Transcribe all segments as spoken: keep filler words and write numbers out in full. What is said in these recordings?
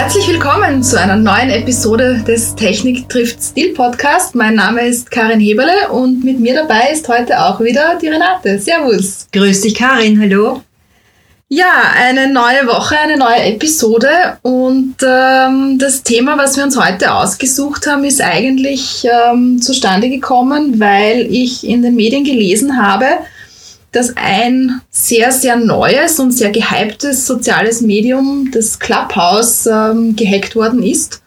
Herzlich willkommen zu einer neuen Episode des Technik trifft Stil Podcast. Mein Name ist Karin Heberle und mit mir dabei ist heute auch wieder die Renate. Servus. Grüß dich, Karin. Hallo. Ja, eine neue Woche, eine neue Episode und ähm, das Thema, was wir uns heute ausgesucht haben, ist eigentlich ähm, zustande gekommen, weil ich in den Medien gelesen habe, dass ein sehr, sehr neues und sehr gehyptes soziales Medium, das Clubhouse, ähm, gehackt worden ist.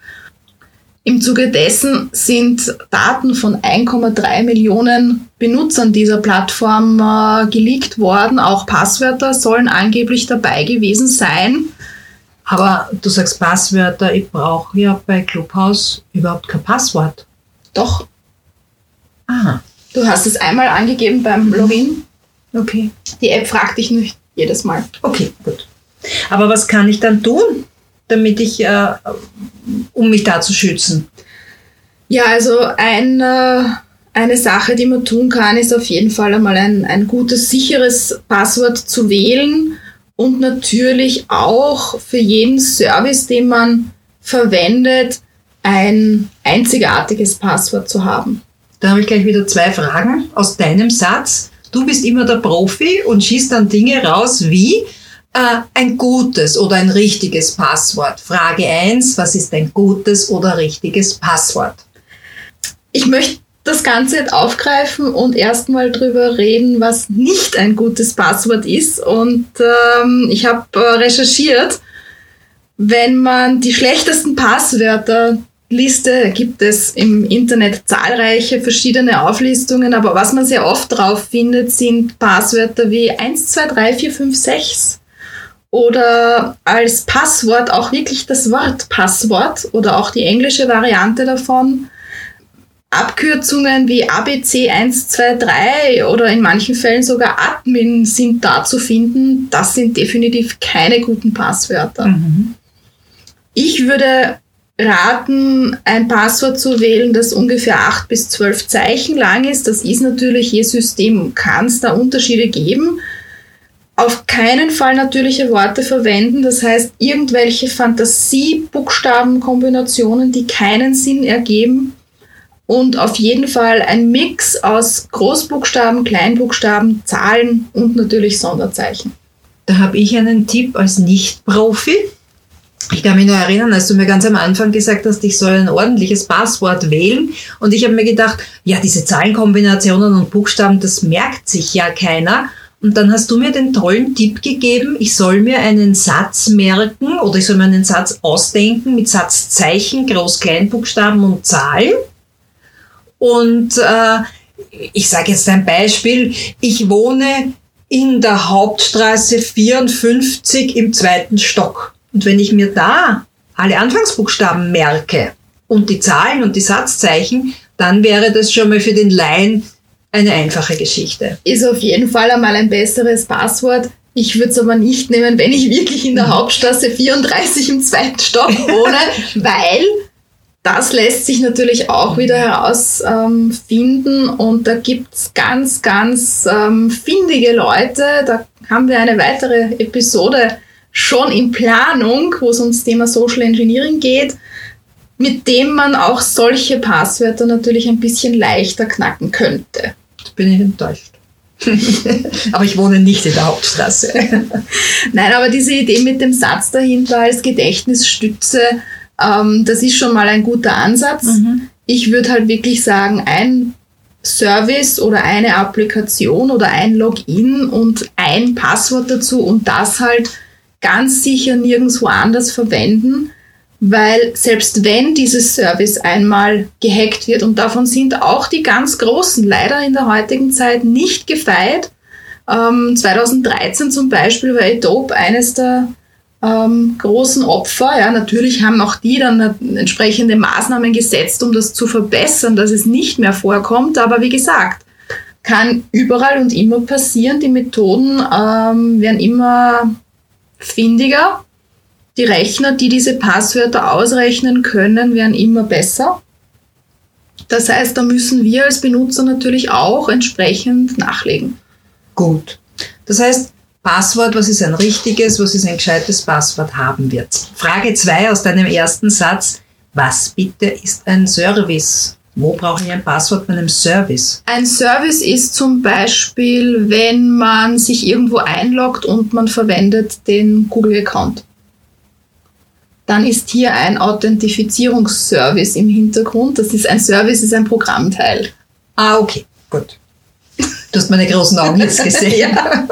Im Zuge dessen sind Daten von eins Komma drei Millionen Benutzern dieser Plattform äh, geleakt worden. Auch Passwörter sollen angeblich dabei gewesen sein. Aber du sagst Passwörter, ich brauche ja bei Clubhouse überhaupt kein Passwort. Doch. Aha. Du hast es einmal angegeben beim Login. Okay. Die App fragt dich nicht jedes Mal. Okay, gut. Aber was kann ich dann tun, damit ich, äh, um mich da zu schützen? Ja, also ein, äh, eine Sache, die man tun kann, ist auf jeden Fall einmal ein, ein gutes, sicheres Passwort zu wählen und natürlich auch für jeden Service, den man verwendet, ein einzigartiges Passwort zu haben. Da habe ich gleich wieder zwei Fragen aus deinem Satz. Du bist immer der Profi und schießt dann Dinge raus wie äh, ein gutes oder ein richtiges Passwort. Frage eins, was ist ein gutes oder richtiges Passwort? Ich möchte das Ganze jetzt aufgreifen und erstmal drüber reden, was nicht ein gutes Passwort ist. Und ähm, ich habe äh, recherchiert, wenn man die schlechtesten Passwörter Liste gibt es im Internet zahlreiche verschiedene Auflistungen, aber was man sehr oft drauf findet, sind Passwörter wie eins zwei drei vier fünf sechs oder als Passwort auch wirklich das Wort Passwort oder auch die englische Variante davon. Abkürzungen wie A B C eins zwei drei oder in manchen Fällen sogar Admin sind da zu finden. Das sind definitiv keine guten Passwörter. Mhm. Ich würde raten, ein Passwort zu wählen, das ungefähr acht bis zwölf Zeichen lang ist. Das ist natürlich je System, kann es da Unterschiede geben. Auf keinen Fall natürliche Worte verwenden, das heißt irgendwelche Fantasie-Buchstabenkombinationen, die keinen Sinn ergeben. Und auf jeden Fall ein Mix aus Großbuchstaben, Kleinbuchstaben, Zahlen und natürlich Sonderzeichen. Da habe ich einen Tipp als Nicht-Profi. Ich kann mich nur erinnern, als du mir ganz am Anfang gesagt hast, ich soll ein ordentliches Passwort wählen. Und ich habe mir gedacht, ja, diese Zahlenkombinationen und Buchstaben, das merkt sich ja keiner. Und dann hast du mir den tollen Tipp gegeben, ich soll mir einen Satz merken oder ich soll mir einen Satz ausdenken mit Satzzeichen, Groß-, Kleinbuchstaben und Zahlen. Und äh, ich sage jetzt ein Beispiel, ich wohne in der Hauptstraße vierundfünfzig im zweiten Stock. Und wenn ich mir da alle Anfangsbuchstaben merke und die Zahlen und die Satzzeichen, dann wäre das schon mal für den Laien eine einfache Geschichte. Ist auf jeden Fall einmal ein besseres Passwort. Ich würde es aber nicht nehmen, wenn ich wirklich in der Hauptstraße vierunddreißig im zweiten Stock wohne, weil das lässt sich natürlich auch wieder herausfinden ähm, und da gibt's ganz, ganz ähm, findige Leute. Da haben wir eine weitere Episode schon in Planung, wo es ums Thema Social Engineering geht, mit dem man auch solche Passwörter natürlich ein bisschen leichter knacken könnte. Da bin ich enttäuscht. Aber ich wohne nicht in der Hauptstraße. Nein, aber diese Idee mit dem Satz dahinter als Gedächtnisstütze, ähm, das ist schon mal ein guter Ansatz. Mhm. Ich würde halt wirklich sagen, ein Service oder eine Applikation oder ein Login und ein Passwort dazu und das halt ganz sicher nirgendwo anders verwenden, weil selbst wenn dieses Service einmal gehackt wird, und davon sind auch die ganz Großen leider in der heutigen Zeit nicht gefeit. Ähm, zweitausenddreizehn zum Beispiel war Adobe eines der ähm, großen Opfer. Ja, natürlich haben auch die dann entsprechende Maßnahmen gesetzt, um das zu verbessern, dass es nicht mehr vorkommt. Aber wie gesagt, kann überall und immer passieren. Die Methoden ähm, werden immer findiger. Die Rechner, die diese Passwörter ausrechnen können, werden immer besser. Das heißt, da müssen wir als Benutzer natürlich auch entsprechend nachlegen. Gut. Das heißt, Passwort, was ist ein richtiges, was ist ein gescheites Passwort haben wird. Frage zwei aus deinem ersten Satz. Was bitte ist ein Service? Wo brauche ich ein Passwort bei einem Service? Ein Service ist zum Beispiel, wenn man sich irgendwo einloggt und man verwendet den Google-Account. Dann ist hier ein Authentifizierungsservice im Hintergrund. Das ist ein Service, ist ein Programmteil. Ah, okay, gut. Du hast meine großen Augen jetzt gesehen. Ja.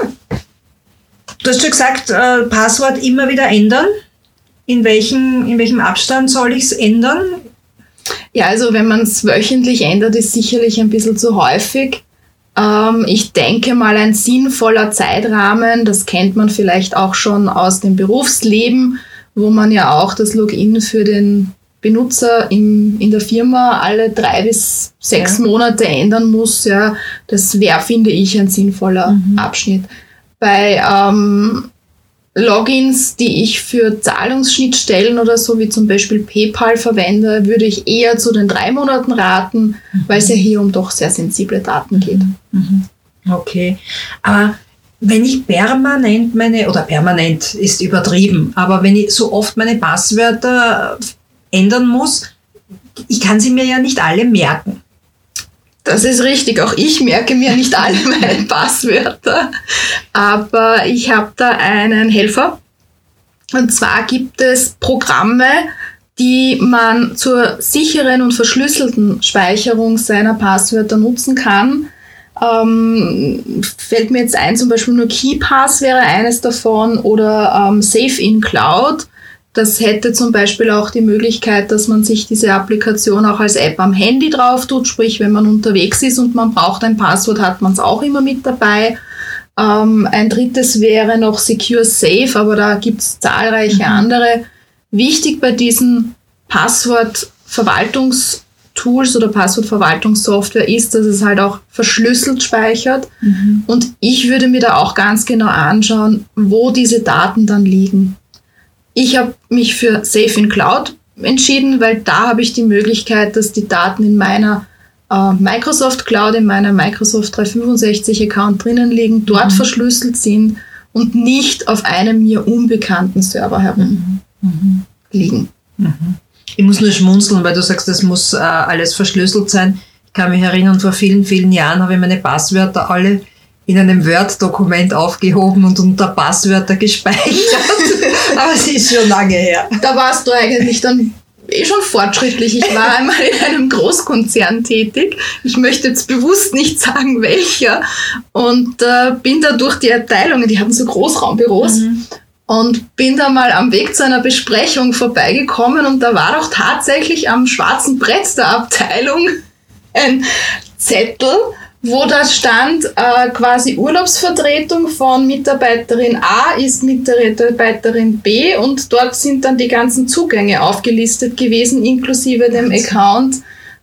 Du hast schon gesagt, äh, Passwort immer wieder ändern. In welchem, in welchem Abstand soll ich es ändern? Ja, also wenn man es wöchentlich ändert, ist sicherlich ein bisschen zu häufig. Ähm, ich denke mal, ein sinnvoller Zeitrahmen, das kennt man vielleicht auch schon aus dem Berufsleben, wo man ja auch das Login für den Benutzer im, in der Firma alle drei bis sechs ja. Monate ändern muss. Ja, das wäre, finde ich, ein sinnvoller mhm. Abschnitt. Bei ähm, Logins, die ich für Zahlungsschnittstellen oder so wie zum Beispiel PayPal verwende, würde ich eher zu den drei Monaten raten, mhm. weil es ja hier um doch sehr sensible Daten geht. Mhm. Okay, aber wenn ich permanent meine, oder permanent ist übertrieben, aber wenn ich so oft meine Passwörter ändern muss, ich kann sie mir ja nicht alle merken. Das ist richtig. Auch ich merke mir nicht alle meine Passwörter. Aber ich habe da einen Helfer. Und zwar gibt es Programme, die man zur sicheren und verschlüsselten Speicherung seiner Passwörter nutzen kann. Ähm, fällt mir jetzt ein, zum Beispiel nur KeePass wäre eines davon oder ähm, Safe in Cloud. Das hätte zum Beispiel auch die Möglichkeit, dass man sich diese Applikation auch als App am Handy drauf tut, sprich, wenn man unterwegs ist und man braucht ein Passwort, hat man es auch immer mit dabei. Ähm, ein drittes wäre noch Secure Safe, aber da gibt es zahlreiche mhm. andere. Wichtig bei diesen Passwortverwaltungstools oder Passwortverwaltungssoftware ist, dass es halt auch verschlüsselt speichert. Mhm. Und ich würde mir da auch ganz genau anschauen, wo diese Daten dann liegen. Ich habe mich für Safe in Cloud entschieden, weil da habe ich die Möglichkeit, dass die Daten in meiner äh, Microsoft Cloud, in meiner Microsoft dreihundertfünfundsechzig Account drinnen liegen, dort mhm. verschlüsselt sind und nicht auf einem mir unbekannten Server herum mhm. liegen. Mhm. Ich muss nur schmunzeln, weil du sagst, das muss äh, alles verschlüsselt sein. Ich kann mich erinnern, vor vielen, vielen Jahren habe ich meine Passwörter alle in einem Word-Dokument aufgehoben und unter Passwörter gespeichert. Aber es ist schon lange her. Da warst du eigentlich dann eh schon fortschrittlich. Ich war einmal in einem Großkonzern tätig. Ich möchte jetzt bewusst nicht sagen, welcher. Und äh, bin da durch die Abteilungen, die hatten so Großraumbüros, mhm. und bin da mal am Weg zu einer Besprechung vorbeigekommen und da war doch tatsächlich am schwarzen Brett der Abteilung ein Zettel, wo da stand, äh, quasi Urlaubsvertretung von Mitarbeiterin A ist Mitarbeiterin B und dort sind dann die ganzen Zugänge aufgelistet gewesen, inklusive dem Account,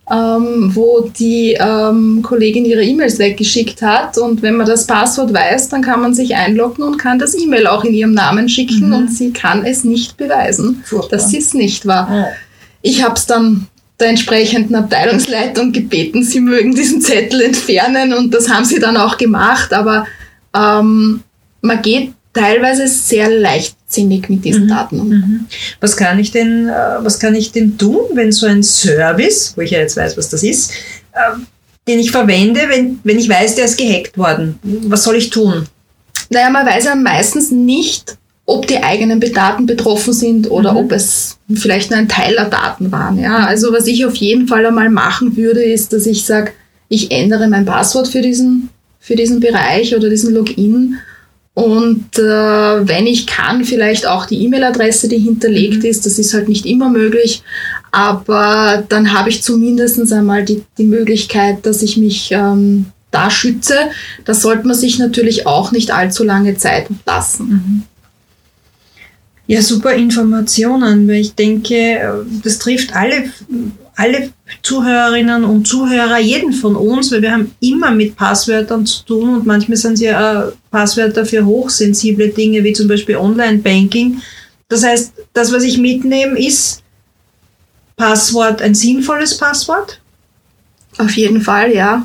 ähm, wo die ähm, Kollegin ihre E-Mails weggeschickt hat. Und wenn man das Passwort weiß, dann kann man sich einloggen und kann das E-Mail auch in ihrem Namen schicken mhm. und sie kann es nicht beweisen, Furchtbar. dass sie es nicht war. Ja. Ich habe es dann der entsprechenden Abteilungsleitung gebeten, sie mögen diesen Zettel entfernen und das haben sie dann auch gemacht, aber ähm, man geht teilweise sehr leichtsinnig mit diesen mhm. Daten um. Mhm. Was kann ich denn, äh, was kann ich denn tun, wenn so ein Service, wo ich ja jetzt weiß, was das ist, äh, den ich verwende, wenn, wenn ich weiß, der ist gehackt worden? Was soll ich tun? Naja, man weiß ja meistens nicht, ob die eigenen Daten betroffen sind oder mhm. ob es vielleicht nur ein Teil der Daten waren. Ja, also was ich auf jeden Fall einmal machen würde, ist, dass ich sage, ich ändere mein Passwort für diesen, für diesen Bereich oder diesen Login und äh, wenn ich kann, vielleicht auch die E-Mail-Adresse, die hinterlegt mhm. ist. Das ist halt nicht immer möglich, aber dann habe ich zumindest einmal die, die Möglichkeit, dass ich mich ähm, da schütze. Da sollte man sich natürlich auch nicht allzu lange Zeit lassen. Mhm. Ja, super Informationen, weil ich denke, das trifft alle, alle Zuhörerinnen und Zuhörer, jeden von uns, weil wir haben immer mit Passwörtern zu tun und manchmal sind es ja auch Passwörter für hochsensible Dinge, wie zum Beispiel Online-Banking. Das heißt, das, was ich mitnehme, ist Passwort ein sinnvolles Passwort? Auf jeden Fall, ja.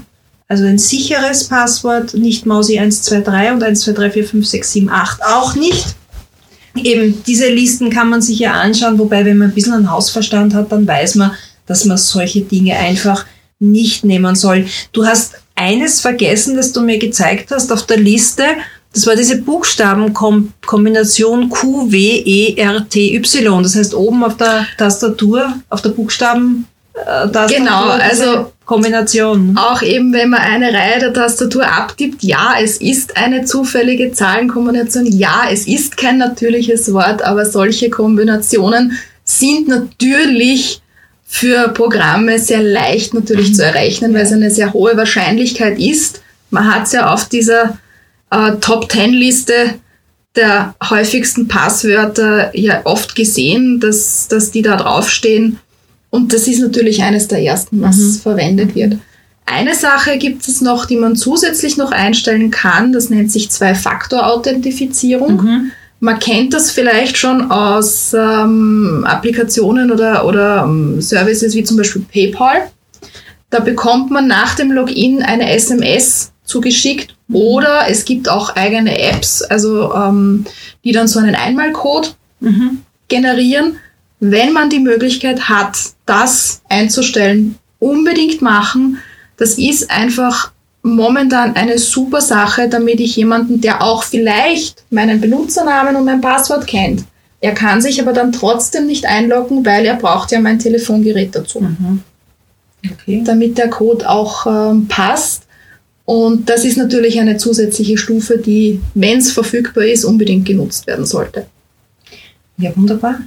Also ein sicheres Passwort, nicht Mausi eins zwei drei und eins zwei drei vier fünf sechs sieben acht, auch nicht. Eben, diese Listen kann man sich ja anschauen, wobei, wenn man ein bisschen einen Hausverstand hat, dann weiß man, dass man solche Dinge einfach nicht nehmen soll. Du hast eines vergessen, das du mir gezeigt hast auf der Liste. Das war diese Buchstabenkombination Q W E R T Y. Das heißt, oben auf der Tastatur, auf der Buchstaben äh, Tastatur. Genau, also Kombination. Auch eben, wenn man eine Reihe der Tastatur abtippt, ja, es ist eine zufällige Zahlenkombination. Ja, es ist kein natürliches Wort, aber solche Kombinationen sind natürlich für Programme sehr leicht natürlich zu errechnen, weil es eine sehr hohe Wahrscheinlichkeit ist. Man hat es ja auf dieser äh, Top Ten Liste der häufigsten Passwörter ja oft gesehen, dass, dass die da draufstehen. Und das ist natürlich eines der ersten, was mhm. verwendet wird. Eine Sache gibt es noch, die man zusätzlich noch einstellen kann. Das nennt sich Zwei-Faktor-Authentifizierung. Mhm. Man kennt das vielleicht schon aus ähm, Applikationen oder, oder ähm, Services wie zum Beispiel PayPal. Da bekommt man nach dem Login eine S M S zugeschickt mhm. oder es gibt auch eigene Apps, also ähm, die dann so einen Einmalcode mhm. generieren. Wenn man die Möglichkeit hat, das einzustellen, unbedingt machen. Das ist einfach momentan eine super Sache, damit ich jemanden, der auch vielleicht meinen Benutzernamen und mein Passwort kennt, er kann sich aber dann trotzdem nicht einloggen, weil er braucht ja mein Telefongerät dazu. Mhm. Okay. Damit der Code auch ähm, passt. Und das ist natürlich eine zusätzliche Stufe, die, wenn es verfügbar ist, unbedingt genutzt werden sollte. Ja, wunderbar.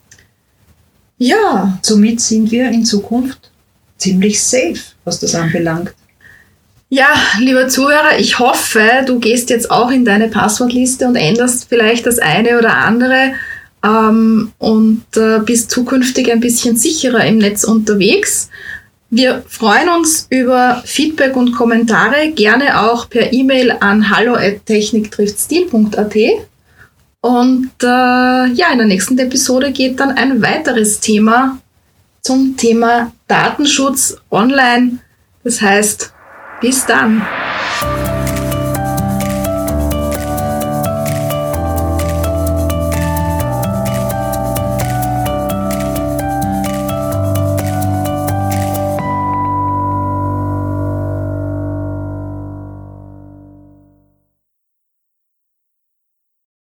Ja. Somit sind wir in Zukunft ziemlich safe, was das anbelangt. Ja, lieber Zuhörer, ich hoffe, du gehst jetzt auch in deine Passwortliste und änderst vielleicht das eine oder andere ähm, und äh, bist zukünftig ein bisschen sicherer im Netz unterwegs. Wir freuen uns über Feedback und Kommentare, gerne auch per E-Mail an hallo at techniktriftstil punkt a t. Und äh, ja, in der nächsten Episode geht dann ein weiteres Thema zum Thema Datenschutz online. Das heißt, bis dann.